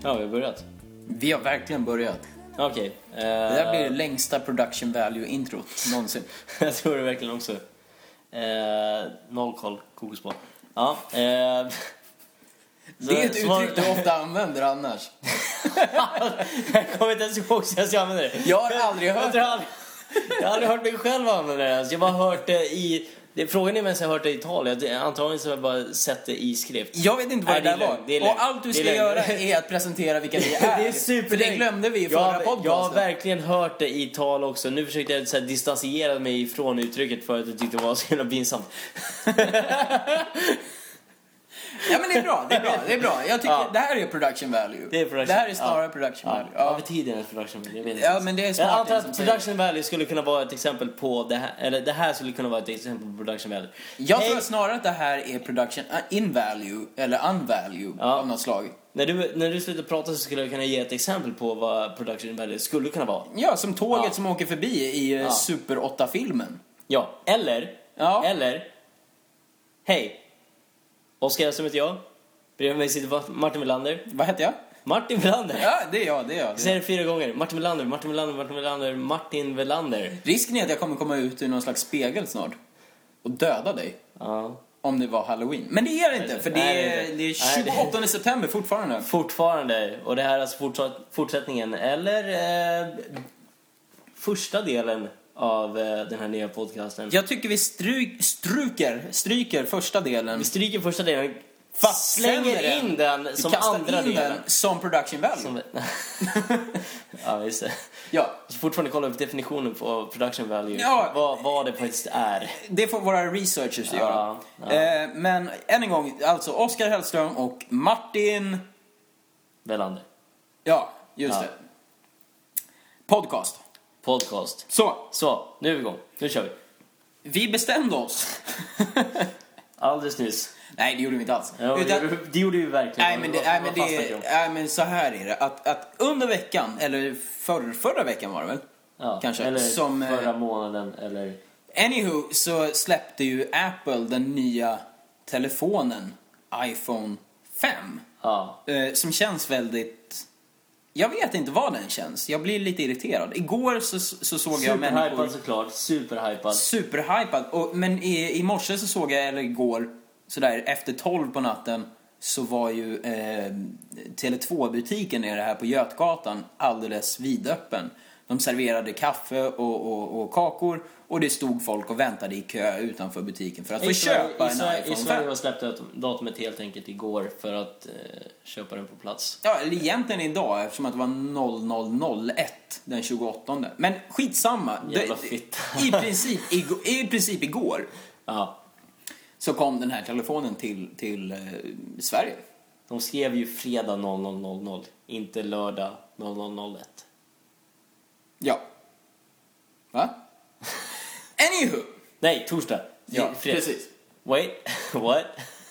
Ja, vi har börjat. Vi har verkligen börjat. Okej. Det där blir det längsta production value introt någonsin. Jag tror det verkligen också. Noll koll, kokosboll. Ja. Det är ett uttryck du ofta använder annars. Jag kommer inte ens ihåg så jag ska använda det. Jag har aldrig hört Jag har aldrig hört mig själv använda det ens. Jag har bara hört det i... Frågan är om jag har hört det i tal. Antagligen så har jag bara sett det i skrift. Jag vet inte vad det där var. Och allt du ska göra är att presentera vilka vi är. Det är super. För det glömde vi i förra podcasten. Jag har verkligen hört det i tal också. Nu försökte jag så här distansera mig från uttrycket för att jag tyckte det var så himla pinsamt. Ja, men det är bra. Jag tycker det här är production value. Det här är snarare production value. Ja, vad tiden är production value. Jag vet inte. Ja, men det är smart. Jag antar att production value skulle kunna vara ett exempel på det här, eller det här skulle kunna vara ett exempel på production value. Jag tror snarare att det här är production in value eller unvalue av något slag. När du slutar prata så skulle jag kunna ge ett exempel på vad production value skulle kunna vara. Ja, som tåget som åker förbi i Super 8-filmen. Ja, eller hej, Oskar som heter jag. Bredvid mig sitter Martin Melander. Vad heter jag? Martin Melander. Ja, det är jag. Säg det 4 gånger. Martin Melander. Risken är att jag kommer komma ut ur någon slags spegel snart och döda dig. Ja. Om det var Halloween. Men det är det inte, för det är 28 september fortfarande. Fortfarande. Och det här är alltså fortsättningen. Eller första delen av den här nya podcasten. Jag tycker vi stryker första delen. Vi stryker första delen. Fast slänger in den som andra delen. Den som production value. Ja, just det. Ja. Jag fortfarande kolla upp definitionen på production value. Ja. Vad det faktiskt är. Det får våra researchers göra. Ja. Men än en gång, alltså Oskar Hellström och Martin Melander. Ja, just det. Podcast. Så, nu är vi igång. Nu kör vi. Vi bestämde oss. Alldeles nyss. Nej, det gjorde vi inte alls. Ja, det gjorde vi verkligen. Nej, men så här är det. Att under veckan, eller förra veckan var det väl? Ja, kanske. Eller som, förra månaden, eller... Anywho, så släppte ju Apple den nya telefonen iPhone 5. Ja. Som känns väldigt... Jag vet inte vad den känns. Jag blir lite irriterad. Igår så såg jag människor... Superhypad såklart. Superhypad. Men i morse så såg jag, eller igår, sådär efter 12 på natten, så var ju Tele2-butiken nere här på Götgatan alldeles vidöppen. De serverade kaffe och kakor, och det stod folk och väntade i kö utanför butiken för att få köpa en iPhone 5. I Sverige var släppte datumet helt enkelt igår för att köpa den på plats. Ja, eller egentligen idag, eftersom att det var 0001 den 28. Men skitsamma. Jävla fitt. I princip igår. Ja. Så kom den här telefonen till Sverige. De skrev ju fredag 0000, inte lördag 0001. Ja. Va? Anywho. Nej, torsdag. Ja, precis. Wait, what?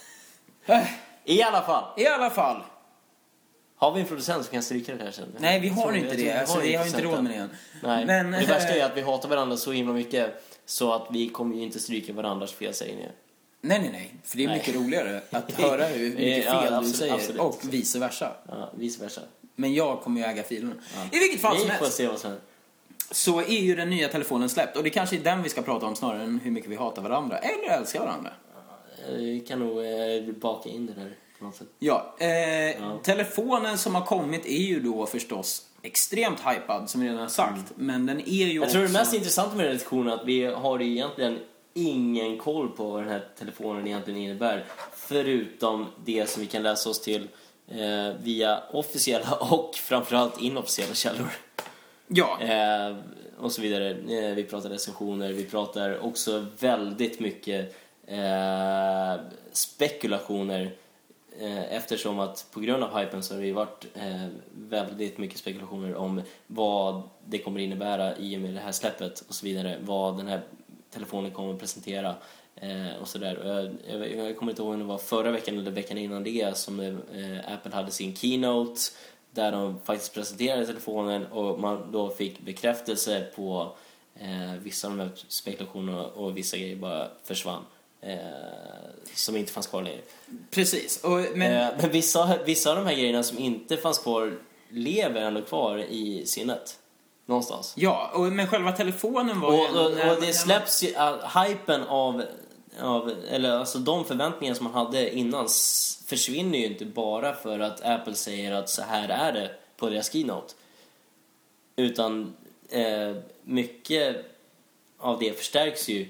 I alla fall. Har vi en producent som kan stryka det här sen? Nej, vi har inte det. Alltså, vi har inte råd med det än. Nej. Men det värsta är att vi hatar varandra så himla mycket så att vi kommer ju inte stryka varandras felsägningar. Nej. För det är mycket roligare att höra hur mycket fel du säger. Absolut. Och vice versa. Ja, vice versa. Men jag kommer ju äga filen. Ja. I vilket fall som helst. Se vad sen. Så är ju den nya telefonen släppt. Och det kanske är den vi ska prata om snarare än hur mycket vi hatar varandra. Eller älskar varandra. Vi kan nog baka in det där på något sätt. Ja, telefonen som har kommit är ju då förstås extremt hypad, som vi redan har sagt. Men den är ju Jag tror det mest intressanta med den lektionen är att vi har egentligen ingen koll på vad den här telefonen egentligen innebär. Förutom det som vi kan läsa oss till via officiella och framförallt inofficiella källor. Ja. Och så vidare. Vi pratar recensioner. Vi pratar också väldigt mycket spekulationer. Eftersom att på grund av hypen så har det ju varit väldigt mycket spekulationer om vad det kommer innebära i och med det här släppet och så vidare. Vad den här telefonen kommer att presentera och sådär. Jag kommer inte ihåg om det var förra veckan eller veckan innan det som Apple hade sin keynote där de faktiskt presenterade telefonen och man då fick bekräftelse på vissa av de här spekulationerna och vissa grejer bara försvann. som inte fanns kvar längre. Precis. Men vissa av de här grejerna som inte fanns kvar lever ändå kvar i sinnet. Någonstans. Ja, men själva telefonen var och det släpps ju hypen av eller alltså de förväntningar som man hade innan försvinner ju inte bara för att Apple säger att så här är det på deras keynote. Utan mycket av det förstärks ju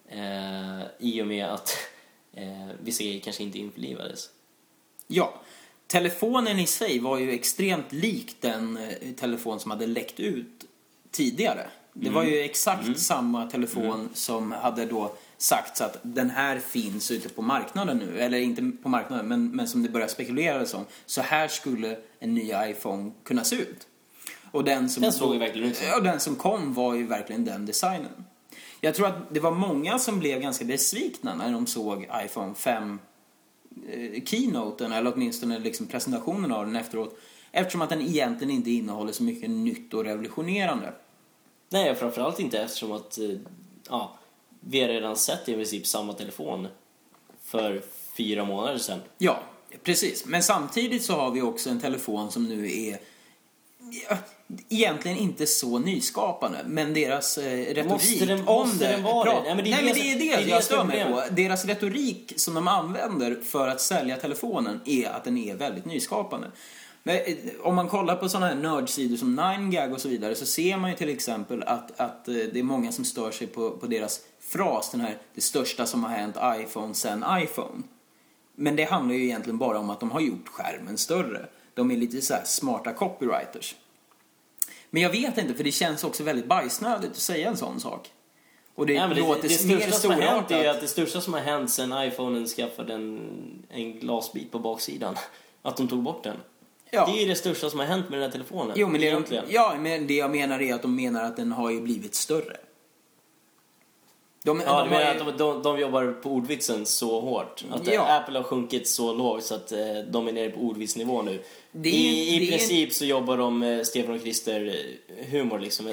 i och med att vissa grejer kanske inte införlivades. Ja, telefonen i sig var ju extremt lik den telefon som hade läckt ut tidigare. Det var ju exakt samma telefon som hade då sagts att den här finns ute på marknaden nu. Eller inte på marknaden, men som det börjar spekuleras om. Så här skulle en ny iPhone kunna se ut. Och den som kom var ju verkligen den designen. Jag tror att det var många som blev ganska besvikna när de såg iPhone 5 keynoten, eller åtminstone liksom presentationen av den efteråt, eftersom att den egentligen inte innehåller så mycket nytt och revolutionerande. Nej, framförallt inte eftersom att vi har redan sett i princip samma telefon för 4 månader sedan. Ja, precis. Men samtidigt så har vi också en telefon som nu är egentligen inte så nyskapande, men deras retorik måste den vara det? Det är det jag stör mig på. Deras retorik som de använder för att sälja telefonen är att den är väldigt nyskapande. Men om man kollar på sådana här nördsidor som 9gag och så vidare, så ser man ju till exempel att det är många som stör sig på deras fras, den här det största som har hänt iPhone sen iPhone. Men det handlar ju egentligen bara om att de har gjort skärmen större. De är lite så här smarta copywriters. Men jag vet inte, för det känns också väldigt bajsnödigt att säga en sån sak. Och det låter mer storartat. Det är att det största som har hänt sen iPhonen skaffade en glasbit på baksidan, att de tog bort den. Ja. Det är det största som har hänt med den här telefonen. Jo, men men det jag menar är att de menar att den har ju blivit större. De jobbar på ordvitsen så hårt att Apple har sjunkit så lågt så att de är nere på ordvitsnivå nu. I princip så jobbar de Stefan och Christer humor liksom,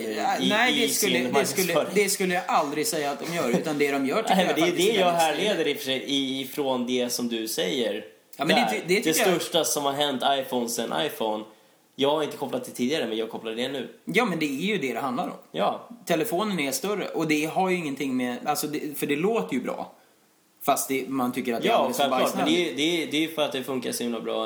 det skulle jag aldrig säga att de gör, utan det de gör det är det jag härleder i och för sig ifrån det som du säger. Ja, men det största som har hänt iPhone sen iPhone. Jag har inte kopplat det tidigare, men jag kopplar det nu. Ja, men det är ju det handlar om. Ja. Telefonen är större, och det har ju ingenting med... Alltså för det låter ju bra. Fast man tycker att det är alldeles för bajsnödigt. Men det är ju för att det funkar så himla bra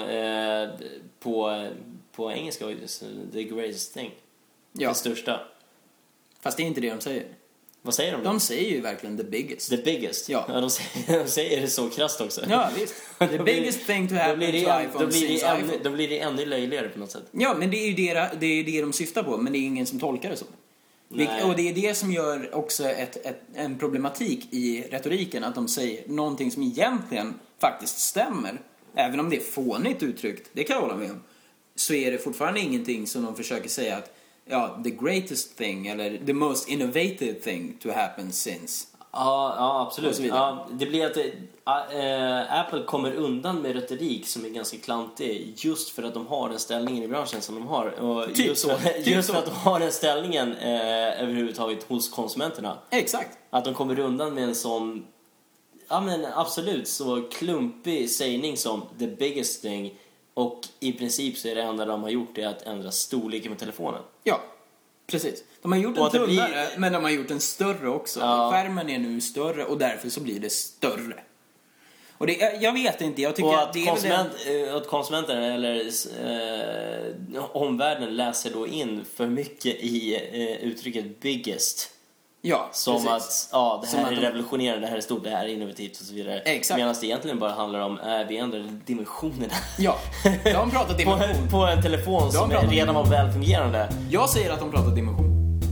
på engelska. The greatest thing. Ja. Det största. Fast det är inte det de säger. Vad säger de då? De säger ju verkligen the biggest. The biggest? Ja. De säger det så krasst också. Ja, visst. The biggest thing to happen to iPhone since iPhone. Då blir det ännu löjligare på något sätt. Ja, men det är ju det de syftar på. Men det är ingen som tolkar det så. Och det är det som gör också en problematik i retoriken. Att de säger någonting som egentligen faktiskt stämmer. Även om det är fånigt uttryckt, det kan jag hålla med om. Så är det fortfarande ingenting som de försöker säga att the greatest thing eller the most innovative thing to happen since. Ja, absolut. Ja, det blir att Apple kommer undan med retorik som är ganska klantig just för att de har den ställningen i branschen som de har. Och just för att de har den ställningen överhuvudtaget hos konsumenterna. Exakt. Att de kommer undan med en sån absolut så klumpig sägning som the biggest thing. Och i princip så är det enda de har gjort är att ändra storleken på telefonen. Ja, precis. De har gjort en tunnare, men de har gjort en större också. Ja. Skärmen är nu större och därför så blir det större. Och jag vet inte, jag tycker att att konsumenten eller omvärlden läser då in för mycket i uttrycket biggest. Ja, som precis. Att det här är revolutionerande, det här är stort, det här är innovativt och så vidare. Exakt. Medan det egentligen bara handlar om vi ändrar dimensionerna. Ja, de pratar dimension. på en telefon som redan var välfungerande. Jag säger att de pratar dimension.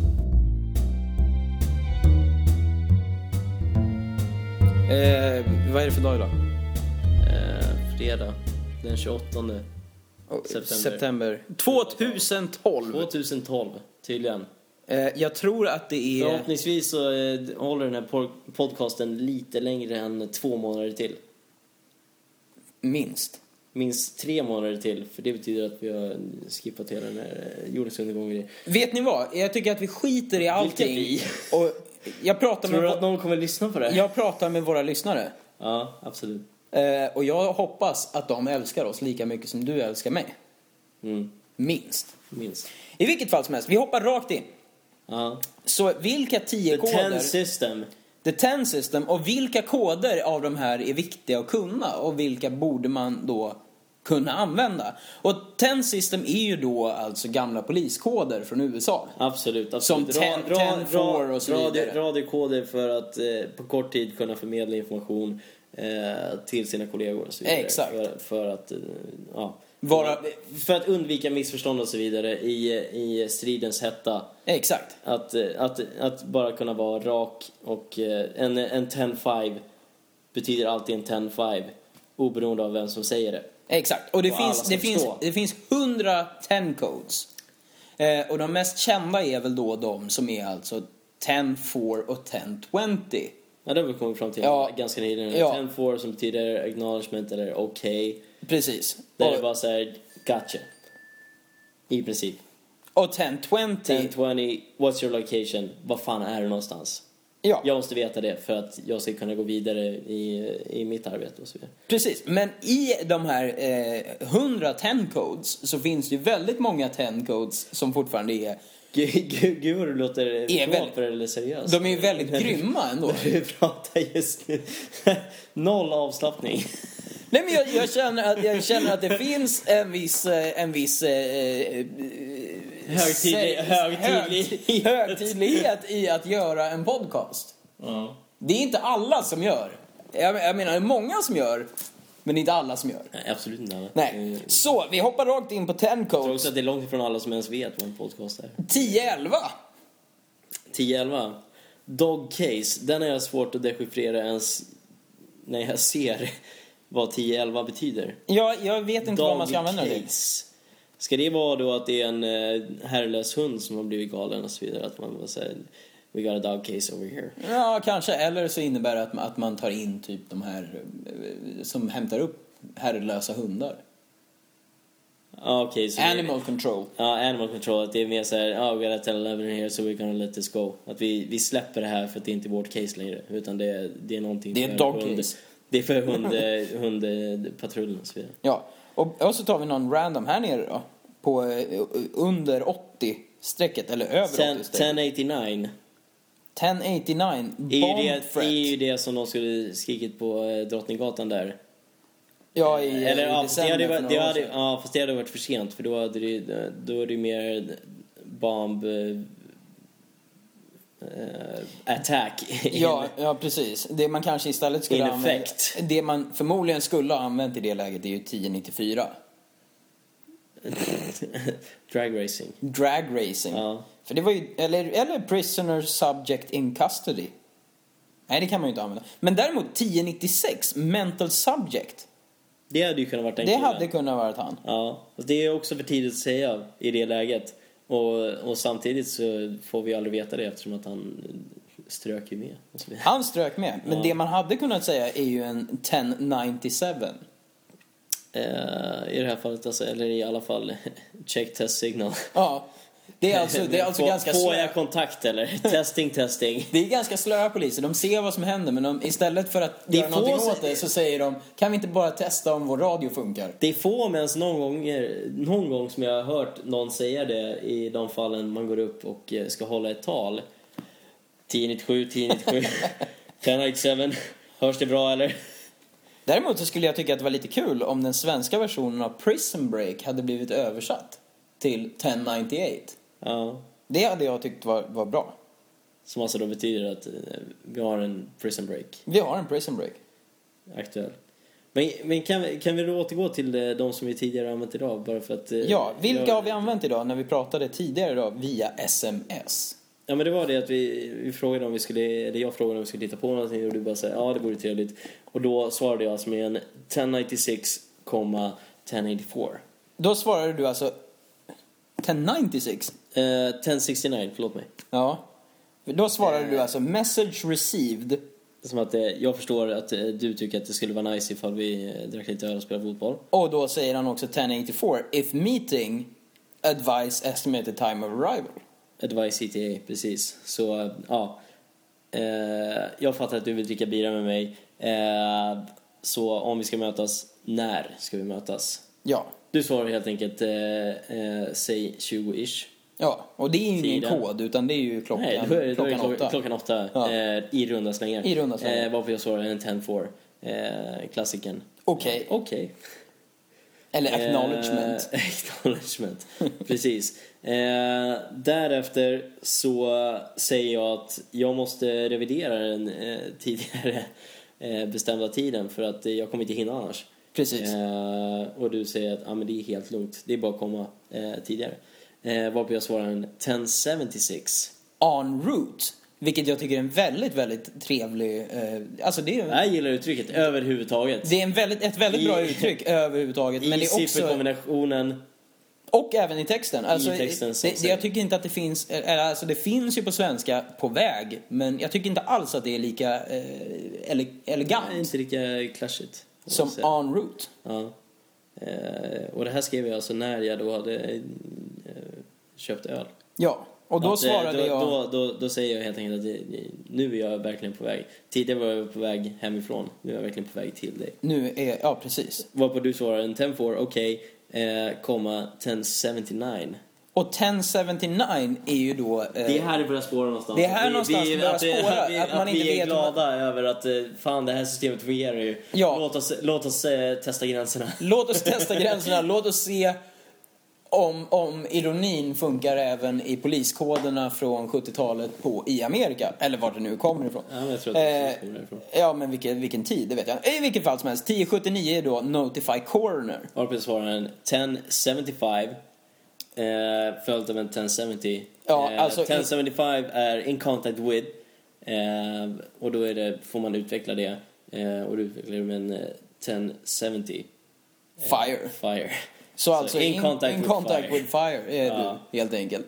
Vad är det för dag idag? Fredag den 28 september 2012, tydligen. Jag tror att det är... Förhoppningsvis så håller den här podcasten lite längre än 2 månader till. Minst 3 månader till. För det betyder att vi har skippat hela den här jordens undergång. Vet ni vad? Jag tycker att vi skiter i allting. jag pratar Tror med... du att någon kommer lyssna på det? Jag pratar med våra lyssnare. Ja, absolut. Och jag hoppas att de älskar oss lika mycket som du älskar mig. Minst. I vilket fall som helst, vi hoppar rakt in. Så vilka 10 koder... The 10 system. Och vilka koder av de här är viktiga att kunna? Och vilka borde man då kunna använda? Och 10 system är ju då alltså gamla poliskoder från USA. Absolut. Som 10-4 och så vidare. Radiokoder för att på kort tid kunna förmedla information till sina kollegor och så vidare. Exakt. För att undvika missförstånd och så vidare i stridens hetta. Exakt. Att bara kunna vara rak och en 10-5 betyder alltid en 10-5 oberoende av vem som säger det. Exakt. Och det finns 100 10 codes. Och de mest kända är väl då de som är alltså 10-4 och 10-20. Ja, det har vi kommit fram till ganska nyligen. 10-4 som betyder acknowledgement eller okay. Precis. Där det bara så här, gotcha. I princip. Och 10-20. 10-20, what's your location? Vad fan är det någonstans? Ja. Jag måste veta det för att jag ska kunna gå vidare i mitt arbete och så vidare. Precis, men i de här 100 10 codes så finns det ju väldigt många 10 codes som fortfarande är... Gud vad du låter proper eller seriöst. De är ju väldigt grymma ändå. Du pratar just nu. Noll avslappning. Nej, men jag känner att det finns en viss högtidlighet i att göra en podcast. Det är inte alla som gör. Jag menar, det är många som gör, men inte alla som gör. Nej, absolut inte alla. Nej. Så, vi hoppar rakt in på 10 codes. Jag tror också att det är långt ifrån alla som ens vet vad en podcast är. 10-11. Dog case. Den är jag svårt att dechiffrera ens när jag ser vad 10-11 betyder. Ja, jag vet inte vad man ska använda det. Ska det vara då att det är en herrelös hund som har blivit galen och så vidare? Att man bara säger, we got a dog case over here. Ja, kanske. Eller så innebär det att man tar in typ de här som hämtar upp herrelösa hundar. Okay, så animal control. Ja, animal control. Att det är mer så här, we gotta tell Eleven here so we're gonna let this go. Att vi släpper det här för att det inte är vårt case längre. Utan det är någonting. Det är ett dog case. Det är för hundpatrullen och så vidare. Ja, och så tar vi någon random här nere då. På under 80-strecket, eller över 80-strecket. 1089. 1089, bomb threat. Det är ju det som de skulle skrikit på Drottninggatan där. Ja, i december. Fast det hade varit för sent. För då är det mer bomb... attack. Ja, precis. Det man kanske istället skulle använda, det man förmodligen skulle ha använt i det läget är ju 1094. Drag racing. Ja. För det var ju eller prisoner subject in custody. Nej, det kan man ju inte använda. Men däremot 1096 mental subject. Det hade ju kunnat varit en kille. Det hade kunnat varit han. Ja, det är också för tidigt att säga i det läget. Och samtidigt så får vi aldrig veta det eftersom att han strök ju med. Han strök med, men det man hade kunnat säga är ju en 1097. I det här fallet alltså, eller i alla fall check test signal. Ja. Det är alltså ganska slöa. Får jag kontakt eller? testing. Det är ganska slöa poliser. De ser vad som händer, men istället för att göra någonting åt det så säger de, kan vi inte bara testa om vår radio funkar? Det är få, men någon gång som jag har hört någon säga det i de fallen man går upp och ska hålla ett tal. 1097 1097 hörs det bra eller? Däremot så skulle jag tycka att det var lite kul om den svenska versionen av Prison Break hade blivit översatt till 1098. Ja. Det hade jag tyckt var bra. Som alltså då betyder att vi har en Prison Break. Vi har en Prison Break. Aktuell. Men kan vi då återgå till de som vi tidigare använt idag? Bara för att, vilka har vi använt idag när vi pratade tidigare idag via sms? Ja, men det var det att vi frågade om vi skulle, eller jag frågade om vi skulle titta på någonting och du bara säger, ja det vore trevligt. Och då svarade jag alltså med en 1096,1084. Då svarade du alltså 1096? 1069, förlåt mig. Ja. Då svarade du alltså message received. Som att jag förstår att du tycker att det skulle vara nice ifall vi drack lite öl och spelade fotboll. Och då säger han också 1084. If meeting, advice estimated time of arrival. Advice ETA, precis. Så, ja. jag fattar att du vill dricka bira med mig. Så om vi ska mötas, när ska vi mötas? Ja. Du svarar helt enkelt säg 20-ish. Ja, och det är ju ingen kod, utan det är ju klockan 8. Klockan 8 i runda slängar. I runda slängar. Varför jag svarar en 10-4. Klassiken. Okej. Eller acknowledgement. Acknowledgement, precis. Därefter så säger jag att jag måste revidera den tidigare bestämda tiden, för att jag kommer inte hinna annars. Precis. Och du säger att men det är helt lugnt, det är bara att komma tidigare. Varpå jag svarar en 1076 en route, vilket jag tycker är en väldigt, väldigt trevlig alltså det är, jag gillar uttrycket överhuvudtaget. Det är ett väldigt bra uttryck överhuvudtaget, men det är också kombinationen och även i texten. Alltså, i texten jag tycker inte att det finns, alltså det finns ju på svenska på väg, men jag tycker inte alls att det är lika elegant. Det är inte lika clashigt som en route. Ja. Och det här skrev jag alltså när jag då hade köpt öl. Ja, och då svarade jag... Då säger jag helt enkelt att nu är jag verkligen på väg. Tidigare var jag på väg hemifrån. Nu är jag verkligen på väg till dig. Ja, precis. Varpå du svarar en 10-4, okej, 1079. Och 1079 är ju då... det är här det börjar spåra någonstans. Det är här någonstans det börjar spåra. Att man inte vi är vet glada över att fan, det här systemet fungerar ju. Ja. Låt oss testa gränserna. Låt oss testa gränserna. Låt oss se om ironin funkar även i poliskoderna från 70-talet i Amerika. Eller var det nu kommer ifrån. Ja, men jag tror att det kommer ifrån. Ja, men vilken tid, det vet jag. I vilket fall som helst. 1079 är då Notify Coroner. Varpå svarar en 1075. Följt av en 1070. Ja, alltså 1075 är in contact with. Och då får man utveckla det. Och du utvecklar det med en 1070. Fire. Så alltså in contact with fire är du, helt enkelt.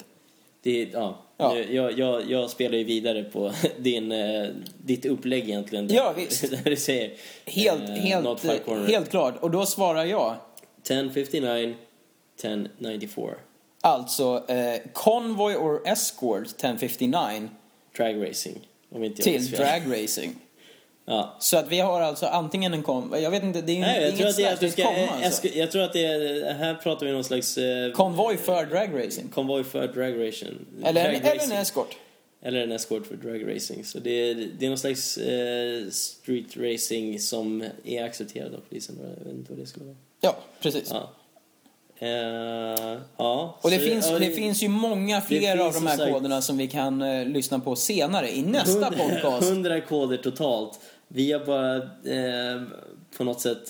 Jag spelar ju vidare på ditt upplägg egentligen. Ja, visst. Där du säger helt klart. Och då svarar jag 1059, 1094. Alltså convoy or escort 1059 drag racing, om inte till drag racing. Ja. Så att vi har alltså antingen en jag vet inte, det är inget särskilt alltså. Jag tror att här pratar vi någon slags konvoj för drag racing. Konvoj för drag racing. Eller en escort. Eller en escort för drag racing. Så det är någon slags street racing som är accepterad av polisen. Jag vet inte vad det ska vara. Ja, precis. Ja. Och det finns ju många fler av de här koderna som vi kan lyssna på senare i nästa podcast. 100 koder totalt. Vi har bara på något sätt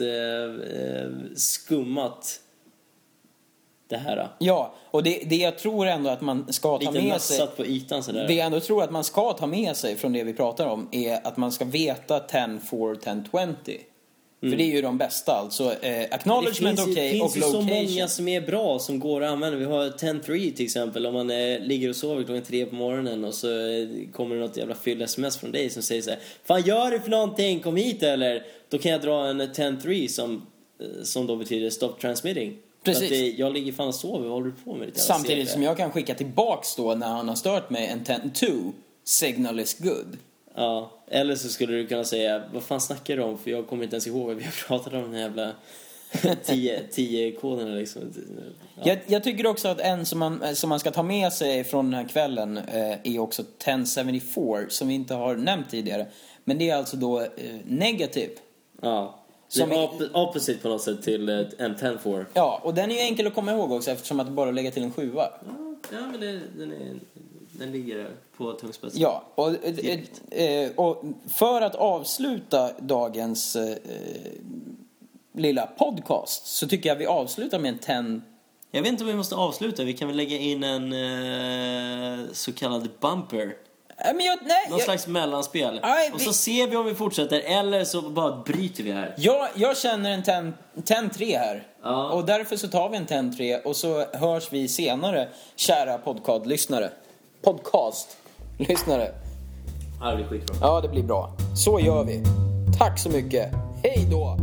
skummat det här. Ja, och det jag tror ändå att man ska ta med sig på ytan sådär. Det jag ändå tror att man ska ta med sig från det vi pratar om är att man ska veta 10-4, 10-20. För det är ju de bästa, alltså acknowledgement och location. Det finns ju så många som är bra som går att använda. Vi har 10-3 till exempel. Om man ligger och sover klockan 3 på morgonen och så kommer det något jävla fyll sms från dig som säger så här: fan, gör det för någonting, kom hit eller. Då kan jag dra en 10-3 som då betyder stop transmitting. Precis. Jag ligger fan och sover, vad håller du på med? Samtidigt som jag kan skicka tillbaks då när han har stört mig en 10-2, signal is good. Ja, eller så skulle du kunna säga: vad fan snackar du om? För jag kommer inte ens ihåg vad vi har pratat om, den här jävla 10-koderna liksom. Ja. Jag tycker också att en som man ska ta med sig från den här kvällen är också 1074, som vi inte har nämnt tidigare. Men det är alltså då negativ. Ja, som opposite på något sätt till en 10-4. Ja, och den är ju enkel att komma ihåg också, eftersom att bara lägga till en 7. Ja, men den ligger där på tungspetsen. Ja, och för att avsluta dagens lilla podcast så tycker jag vi avslutar med en 10. Jag vet inte om vi måste avsluta. Vi kan väl lägga in en så kallad bumper. Någon slags mellanspel. Och så ser vi om vi fortsätter, eller så bara bryter vi här. Jag känner en 10-3 här. Ja. Och därför så tar vi en 10-3 och så hörs vi senare, kära podcastlyssnare. Ja, det blir skitbra. Ja, det blir bra. Så gör vi. Tack så mycket. Hej då!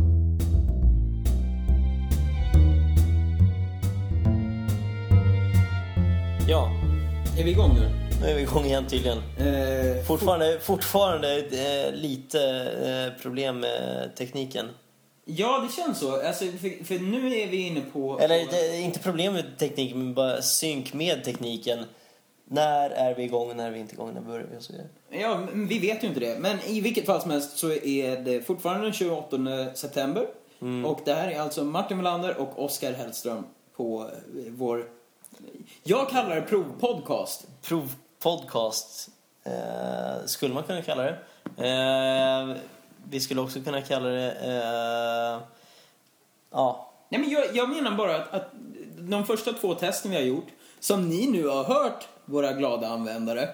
Ja, är vi igång nu? Nu är vi igång igen tydligen. Fortfarande lite problem med tekniken. Ja, det känns så. Alltså, för nu är vi inne på... Eller det är inte problem med tekniken, men bara synk med tekniken. När är vi igång och när är vi inte igång? När börjar vi och så vidare. Ja, vi vet ju inte det. Men i vilket fall som helst så är det fortfarande den 28 september. Och det här är alltså Martin Melander och Oskar Hellström på vår... Jag kallar det provpodcast. Provpodcast skulle man kunna kalla det. Vi skulle också kunna kalla det... ja. Nej, men jag menar bara att de första 2 testen vi har gjort, som ni nu har hört, våra glada användare,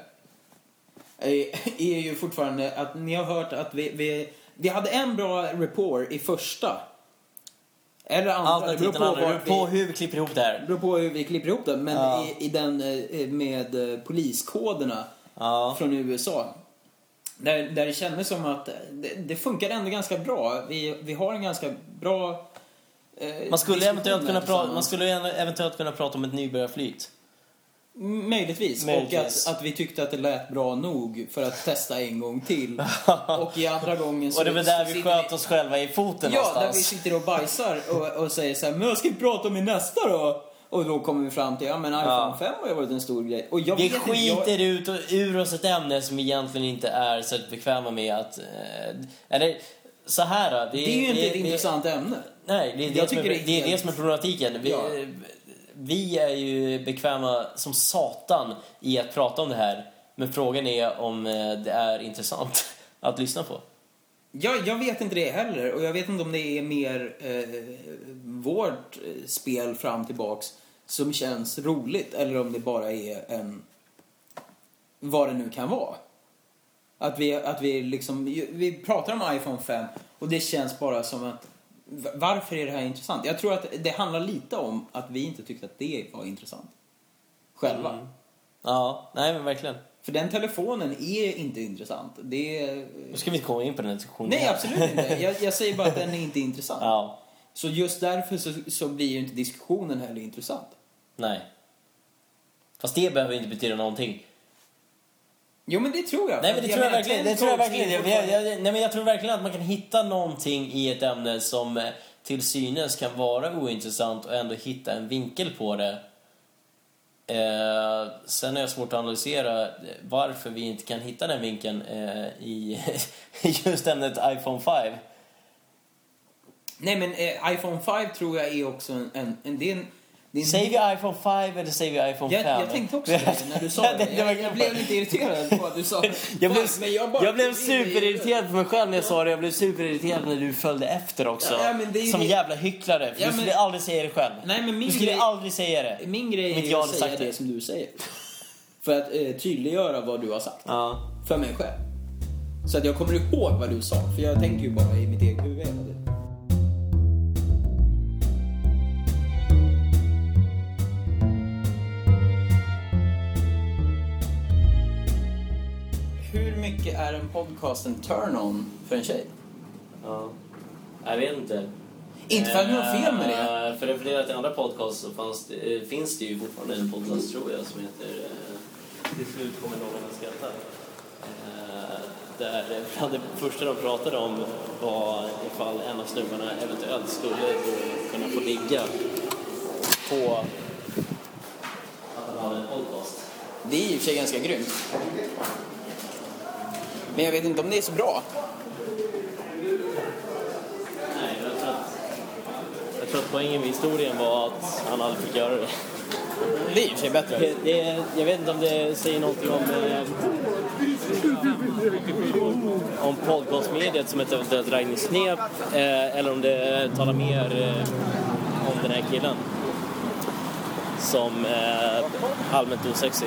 är ju fortfarande att ni har hört att vi hade en bra rapport i första. Eller andra. Det beror på hur vi klipper ihop det här. Det beror på hur vi klipper ihop det. Men i den med poliskoderna från USA. Där det kändes som att det funkar ändå ganska bra. Vi har en ganska bra... Man skulle eventuellt kunna prata om ett nybörjarflyt. Möjligtvis. Och att vi tyckte att det lät bra nog för att testa en gång till. Och i andra gången så... Och det var där vi sköt oss själva i foten någonstans. Ja, där vi sitter och bajsar och säger så här: men jag ska prata om i nästa då. Och då kommer vi fram till, men iPhone 5 har ju varit en stor grej. Och vi skiter ur oss ett ämne som egentligen inte är så bekväma med att... eller så här då. Det är ju inte ett intressant ämne. Nej, det är det som är problematiken. Vi är ju bekväma som satan i att prata om det här. Men frågan är om det är intressant att lyssna på. Ja, jag vet inte det heller. Och jag vet inte om det är mer vårt spel fram tillbaks som känns roligt. Eller om det bara är vad det nu kan vara. Att vi liksom... Vi pratar om iPhone 5 och det känns bara som att... Varför är det här intressant? Jag tror att det handlar lite om att vi inte tyckte att det var intressant. Själva. Ja, nej men verkligen. För den telefonen är inte intressant. Då ska vi inte komma in på den diskussionen. Nej, absolut inte. Jag säger bara att den är inte intressant. Ja. Så just därför så blir ju inte diskussionen heller intressant. Nej. Fast det behöver inte betyda någonting. Jo, men det tror jag. Nej, men det tror jag verkligen. Nej, men jag tror verkligen att man kan hitta någonting i ett ämne som till synes kan vara ointressant och ändå hitta en vinkel på det. Sen är det svårt att analysera varför vi inte kan hitta den vinkeln i just ämnet iPhone 5. Nej, men iPhone 5 tror jag är också säger vi iPhone 5 eller säger vi iPhone 5? Jag tänkte också det när du sa det. Jag blev lite irriterad på att du sa jag blev superirriterad på mig själv när jag sa det. Jag blev superirriterad när du följde efter också. Som en jävla hycklare. För du skulle aldrig säga det själv. Nej, men du skulle aldrig säga det. Min grej är att säga det som du säger. För att tydliggöra vad du har sagt. För mig själv. Så att jag kommer ihåg vad du sa. För jag tänker ju bara i mitt eget huvud. Hur mycket är en podcast en turn-on för en tjej? Ja, jag vet inte. Inte för att det är något fel med det. För refererat till andra podcast så finns det ju fortfarande en podcast, tror jag, som heter Till slut kommer någon att skratta. Där bland det första de pratade om var ifall en av snubbarna eventuellt skulle kunna få ligga på att ha en podcast. Det är ju i och för sig ganska grymt. Men jag vet inte om det är så bra. Nej, jag tror att poängen med historien var att han aldrig fick göra det. Det är i och för sig bättre. Jag vet inte om det säger någonting om podcastmediet som ett eventuellt raggningsknep eller om det talar mer om den här killen som allmänt osexig.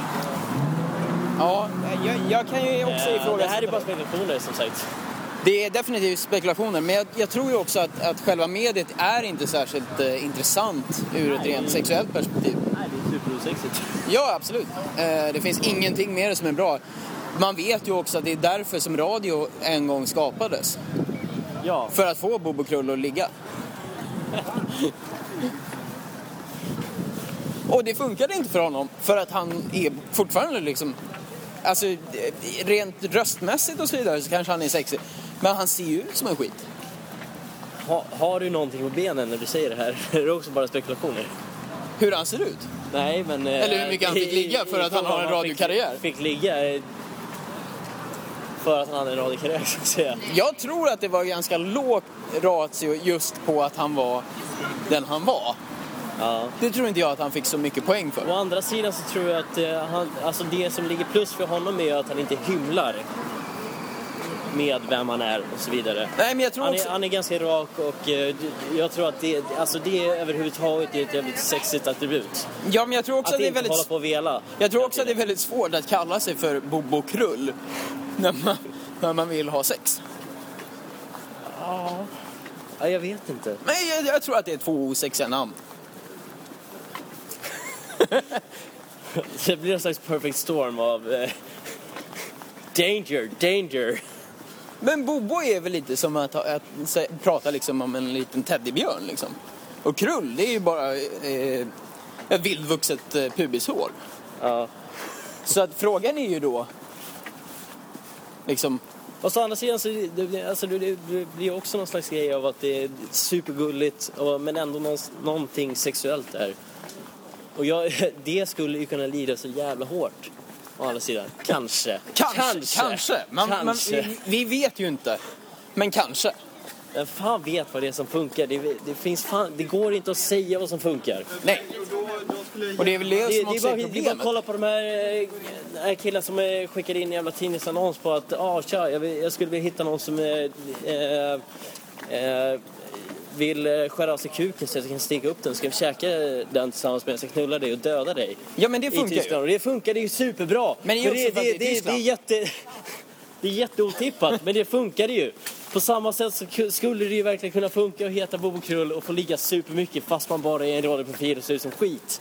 Ja, jag kan ju också ifrågasätta. Det här är bara spekulationer som sagt. Det är definitivt spekulationer, men jag tror ju också att själva mediet är inte särskilt intressant ur ett rent sexuellt perspektiv. Nej, det är superosexigt. Ja, absolut. Det finns ingenting mer som är bra. Man vet ju också att det är därför som radio en gång skapades. Ja. För att få Bobo Krull att ligga. Och det funkade inte för honom. För att han är fortfarande liksom... Alltså, rent röstmässigt och så vidare så kanske han är sexig. Men han ser ju ut som en skit. Har du någonting på benen när du säger det här? Är det också bara spekulationer? Hur han ser ut? Nej, men... Eller hur mycket han fick ligga för att han har en radiokarriär? Fick ligga för att han hade en radiokarriär, så att säga. Jag tror att det var ganska lågt ratio just på att han var den han var. Ja. Det tror inte jag att han fick så mycket poäng för. Å andra sidan så tror jag att det som ligger plus för honom är att han inte hymlar med vem han är och så vidare. Nej, men jag tror han är ganska rak och jag tror att det är överhuvudtaget ett jävligt sexigt attribut. Ja, men jag tror också att det är väldigt... hålla på och vela. Jag tror också att det är väldigt svårt att kalla sig för Bobo Krull när man vill ha sex. Ja, jag vet inte. Nej, jag tror att det är 2 osexiga namn. Det blir en slags perfect storm av danger. Men Bobo är väl lite som att prata liksom om en liten teddybjörn liksom. Och Krull, det är ju bara ett vildvuxet pubishår. Ja. Så att frågan är ju då liksom... Och så andra sidan så det blir också någon slags grej av att det är supergulligt men ändå någonting sexuellt där. Och det skulle ju kunna lida så jävla hårt. Å andra sidan. Kanske. Vi vet ju inte. Men kanske. Jag fan vet vad det är som funkar. Det går inte att säga vad som funkar. Nej. Och det är väl det som också är problemet. Det är bara kolla på de här killarna som skickar in en jävla tidningsannons på att jag skulle vilja hitta någon som vill skära av sig kuken så att jag kan stiga upp den. Ska vi käka den tillsammans med jag ska knulla dig och döda dig. Ja, men det funkar ju. Det funkar, det är ju superbra. Men det är jätteotippat, men det funkar ju. På samma sätt så skulle det ju verkligen kunna funka att heta Bobo Krull och få ligga supermycket fast man bara är en radioprofil och ser ut som skit.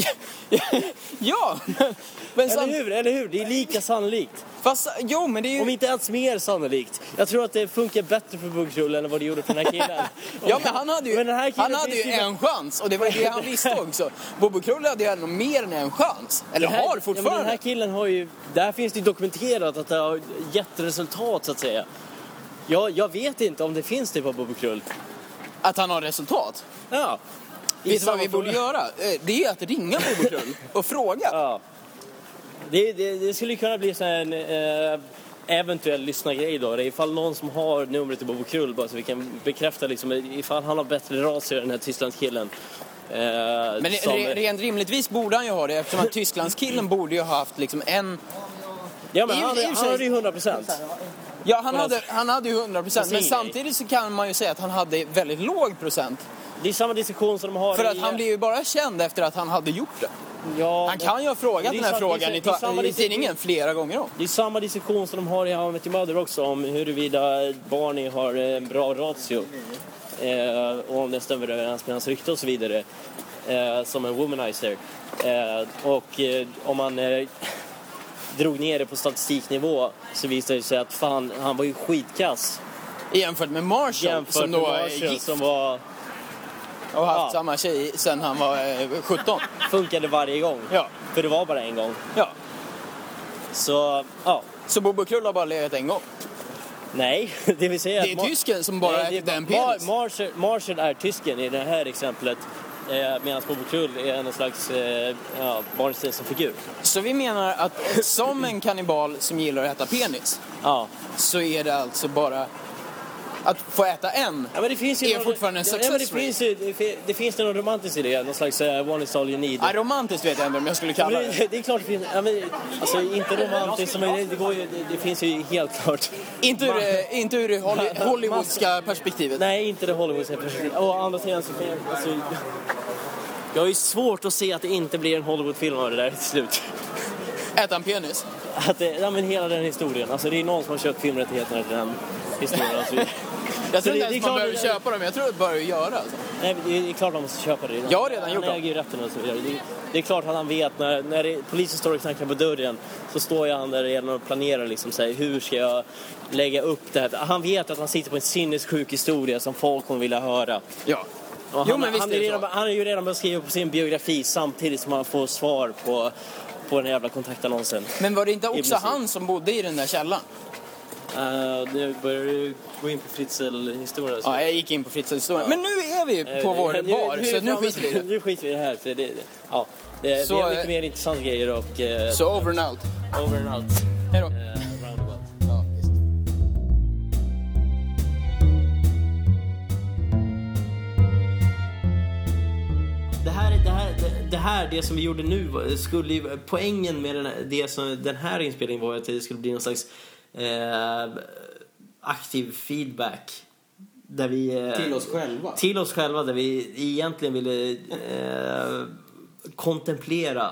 Ja, men eller hur? Det är lika sannolikt. Fast, jo, men det är ju... Om inte ens mer sannolikt. Jag tror att det funkar bättre för Bobo Krull än vad det gjorde för den här killen. Ja, men han hade ju en chans. Och det var det han visste också. Bobo Krull hade ju nog mer än en chans. Eller har fortfarande. Ja, den här killen har ju... Där finns det ju dokumenterat att det har gett resultat, så att säga. Jag vet inte om det finns det på Bobo Krull. Att han har resultat? Ja. Vet du vad vi borde göra? Det är att ringa Bobo Krull och fråga. Ja. Det skulle kunna bli så en eventuell lyssnargrej då. Ifall någon som har numret till Bobo Krull bara så vi kan bekräfta liksom, ifall han har bättre ratio än den här Tysklandskillen. Men rent rimligtvis borde han ju ha det eftersom att Tysklandskillen borde ju ha haft liksom en... Ja, men han hade ju 100%. Ja, han hade ju 100%. Men samtidigt så kan man ju säga att han hade väldigt låg procent. Det är samma diskussion som de har. För att han blev ju bara känd efter att han hade gjort det. Ja, han kan ju ha frågat den här frågan i tidningen flera gånger om. Det är samma diskussion som de har i How I Met Your Mother också om huruvida Barney har en bra ratio. Och om det stämmer överens med hans rykte och så vidare. Som en womanizer. Och om man drog ner det på statistiknivå så visade det sig att fan, han var ju skitkass. Jämfört med Marshall som då är gift. Som var... Och haft samma tjej sen han var 17. Funkade varje gång. Ja. För det var bara en gång. Ja. Så, ja. Så Bobo Krull har bara legat en gång? Nej, det vill säga... Det är tysken som bara är en penis. Marshall är tysken i det här exemplet. Medan Bobo Krull är en slags barnsten som figur. Så vi menar att som en kannibal som gillar att äta penis, så är det alltså bara att få äta en. Ja, men det finns ju fortfarande en success rate. Det finns någon romantisk idé, någon slags one is all you need. Ja, romantiskt vet jag inte om jag skulle kalla det. Det är klart det finns, alltså inte romantiskt, men det finns ju helt klart. Inte ur det hollywoodska perspektivet. Nej, inte det hollywoodska perspektivet. Och andra sidan så alltså, jag har ju svårt att se att det inte blir en Hollywoodfilm av det där till slut. Äta en penis? Men hela den historien. Alltså det är någon som har köpt filmrättigheterna till den historien. Alltså. Jag tror inte ens man behöver köpa dem. Jag tror att det börjar göra. Alltså. Nej, det är klart att man måste köpa det. Jag har redan gjort det. Han äger ju rätten och så vidare. Det är klart att han vet när polisen står och knackar på dörren så står han där redan och planerar liksom så här, hur ska jag lägga upp det här. Han vet att han sitter på en sinnessjuk historia som folk kommer vilja höra. Ja. Han är ju redan börjat skriva på sin biografi samtidigt som han får svar på den jävla kontaktannonsen. Men var det inte också han som bodde i den där källan? Nu börjar du gå in på Fritzl-historien. Ja, jag gick in på Fritzl-historien. Men nu är vi på vår bar, så nu skiter vi i det. Nu skiter vi i det här, för det är mycket mer intressant grejer. Och, så over and out. Over and out. Hej då. Ja, just. Det som vi gjorde nu poängen med den här inspelningen var att det skulle bli någon slags aktiv feedback där vi till oss själva där vi egentligen ville kontemplera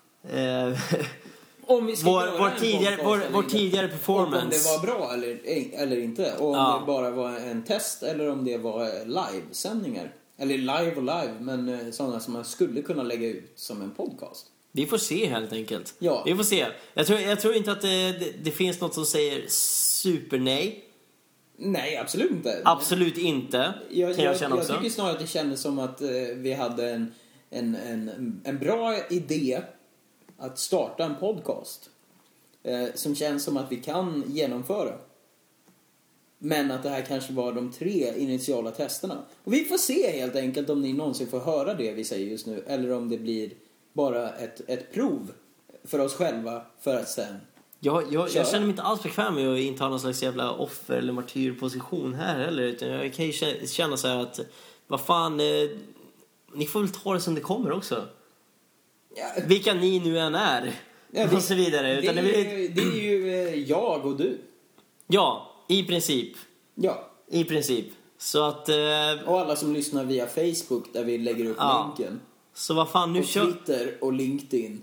om vi vår tidigare performance, om det var bra eller inte, och om det bara var en test eller om det var live-sändningar. Eller live, men sådana som man skulle kunna lägga ut som en podcast. Vi får se helt enkelt. Ja. Vi får se. Jag tror inte att det finns något som säger super nej. Nej, absolut inte. Absolut inte. Jag tycker snarare att det kändes som att vi hade en bra idé att starta en podcast som känns som att vi kan genomföra. Men att det här kanske var de 3 initiala testerna. Och vi får se helt enkelt om ni någonsin får höra det vi säger just nu. Eller om det blir bara ett prov för oss själva för att sen jag känner mig inte alls bekväm med att inta någon slags jävla offer- eller martyrposition här heller. Utan jag kan ju känna så här att vad fan, ni får väl ta det som det kommer också. Ja. Vilka ni nu än är. Ja, och så vidare. Det är ju jag och du. Ja. I princip. Ja. I princip. Så att... och alla som lyssnar via Facebook där vi lägger upp länken. Så vad fan nu och Twitter och LinkedIn.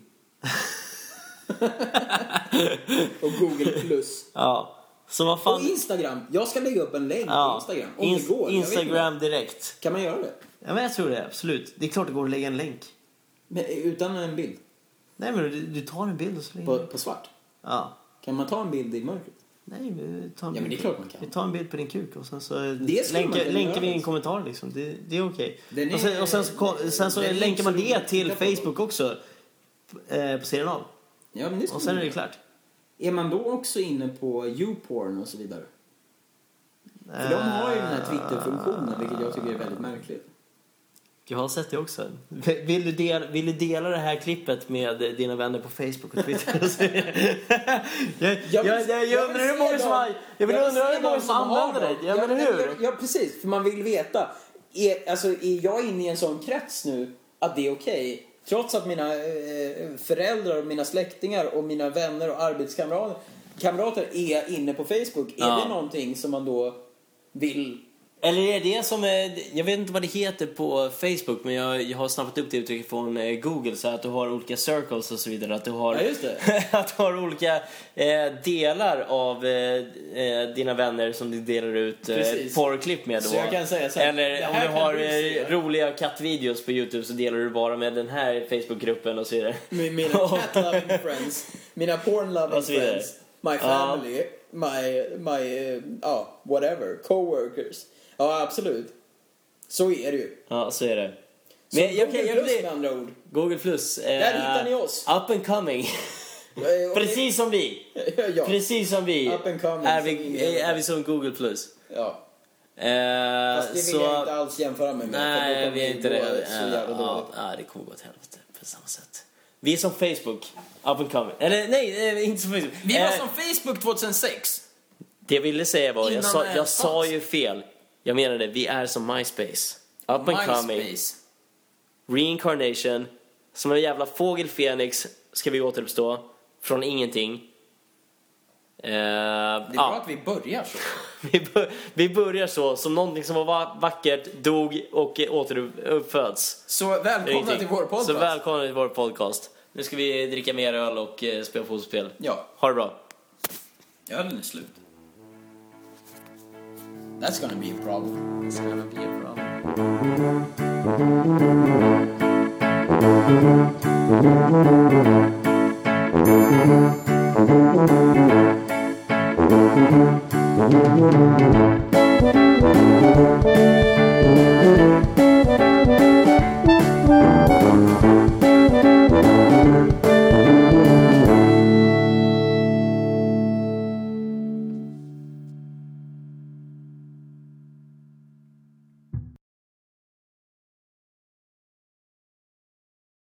och Google Plus. Ja. Så vad fan... Och Instagram. Jag ska lägga upp en länk på Instagram. Om det går. Instagram direkt. Kan man göra det? Ja, men jag tror det. Absolut. Det är klart det går att lägga en länk. Men utan en bild? Nej, men du tar en bild och så lägger på svart? Ja. Kan man ta en bild i mörkret? Nej, men men det är klart man kan. Vi tar en bild på din kuk och sen så länkar vi en kommentar liksom. Det är okej. Och sen så länkar man det till Facebook också på sidan av. Ja, men och sen är det klart. Är man då också inne på YouPorn och så vidare? För de har ju den här Twitter-funktionen, vilket jag tycker är väldigt märkligt. Jag har sett det också. Vill du dela det här klippet med dina vänner på Facebook och Twitter? Jag undrar hur många som använder det. Ja, men hur? Ja, precis. För man vill veta. Är jag inne i en sån krets nu att det är okej? Trots att mina föräldrar och mina släktingar och mina vänner och arbetskamrater är inne på Facebook. Är det någonting som man då vill... Eller är det som jag vet inte vad det heter på Facebook, men jag har snappat upp det uttrycket från Google, så att du har olika circles och så vidare, att du har att du har olika delar av dina vänner som du delar ut porrklipp med då. Så jag kan säga så här, eller om du har roliga kattvideos på YouTube så delar du bara med den här Facebookgruppen och så vidare. Mina cat-loving friends, mina porn-loving friends, my family, my whatever, coworkers. Ja, absolut. Så är det ju. Ja, så är det. Men Google Plus med andra ord. Google Plus. Där hittar ni oss. Up and coming. Precis som vi. Ja. Precis som vi. Up and coming. Är vi som Google Plus. Ja. Fast det vill jag inte alls jämföra med. Nej, vi är inte det. Ja, det kommer gå åt helvete på samma sätt. Vi är som Facebook. Up and coming. Eller nej, inte som Facebook. Vi var som Facebook 2006. Det jag ville säga var, jag sa ju fel. Jag menade, vi är som MySpace. Up and coming. Reincarnation. Som en jävla fågel Fenix ska vi återuppstå. Från ingenting. Det är bra att vi börjar så. vi börjar så. Som någonting som var vackert, dog och återuppföds. Så välkomna till vår podcast. Så välkomna till vår podcast. Nu ska vi dricka mer öl och spela fotbollsspel. Ja. Ha det bra. Ölen är slut. That's gonna be a problem. It's gonna be a problem.